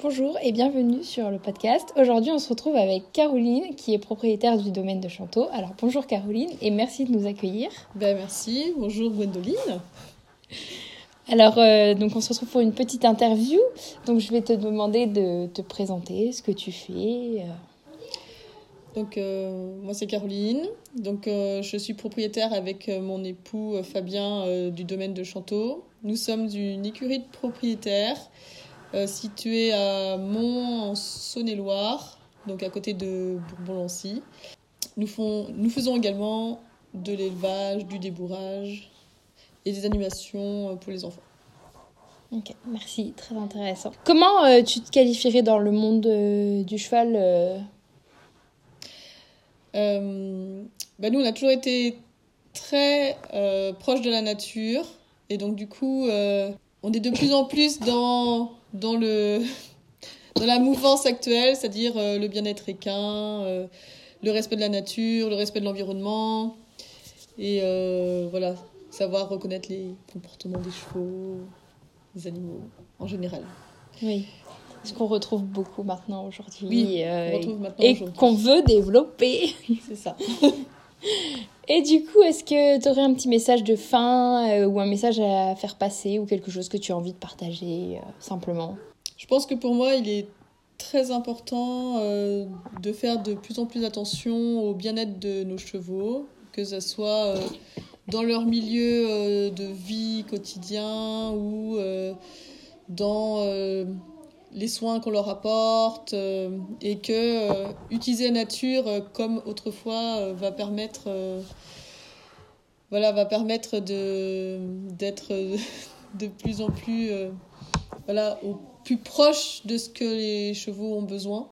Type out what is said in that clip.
Bonjour et bienvenue sur le podcast. Aujourd'hui, on se retrouve avec Caroline qui est propriétaire du domaine de Chanteau. Alors bonjour Caroline et merci de nous accueillir. Merci, bonjour Gwendoline. Alors donc on se retrouve pour une petite interview. Donc je vais te demander de te présenter, ce que tu fais. Donc moi c'est Caroline. Donc je suis propriétaire avec mon époux Fabien du domaine de Chanteau. Nous sommes une écurie de propriétaires située à Mont en Saône-et-Loire, donc à côté de Bourbon-Lancy. Nous faisons également de l'élevage, du débourrage et des animations pour les enfants. Ok, merci, très intéressant. Comment tu te qualifierais dans le monde du cheval Nous, on a toujours été très proches de la nature. Et donc, du coup, on est de plus en plus dans la mouvance actuelle, c'est-à-dire le bien-être équin, le respect de la nature, le respect de l'environnement. Et voilà, savoir reconnaître les comportements des chevaux, des animaux en général. Oui. Ce qu'on retrouve beaucoup maintenant aujourd'hui. Oui, on retrouve maintenant et aujourd'hui. qu'on veut développer. C'est ça. Et du coup, est-ce que tu aurais un petit message de fin ou un message à faire passer ou quelque chose que tu as envie de partager simplement? Je pense que pour moi, il est très important de faire de plus en plus attention au bien-être de nos chevaux, que ce soit dans leur milieu de vie quotidien ou dans les soins qu'on leur apporte et que utiliser la nature comme autrefois va permettre d'être de plus en plus au plus proche de ce que les chevaux ont besoin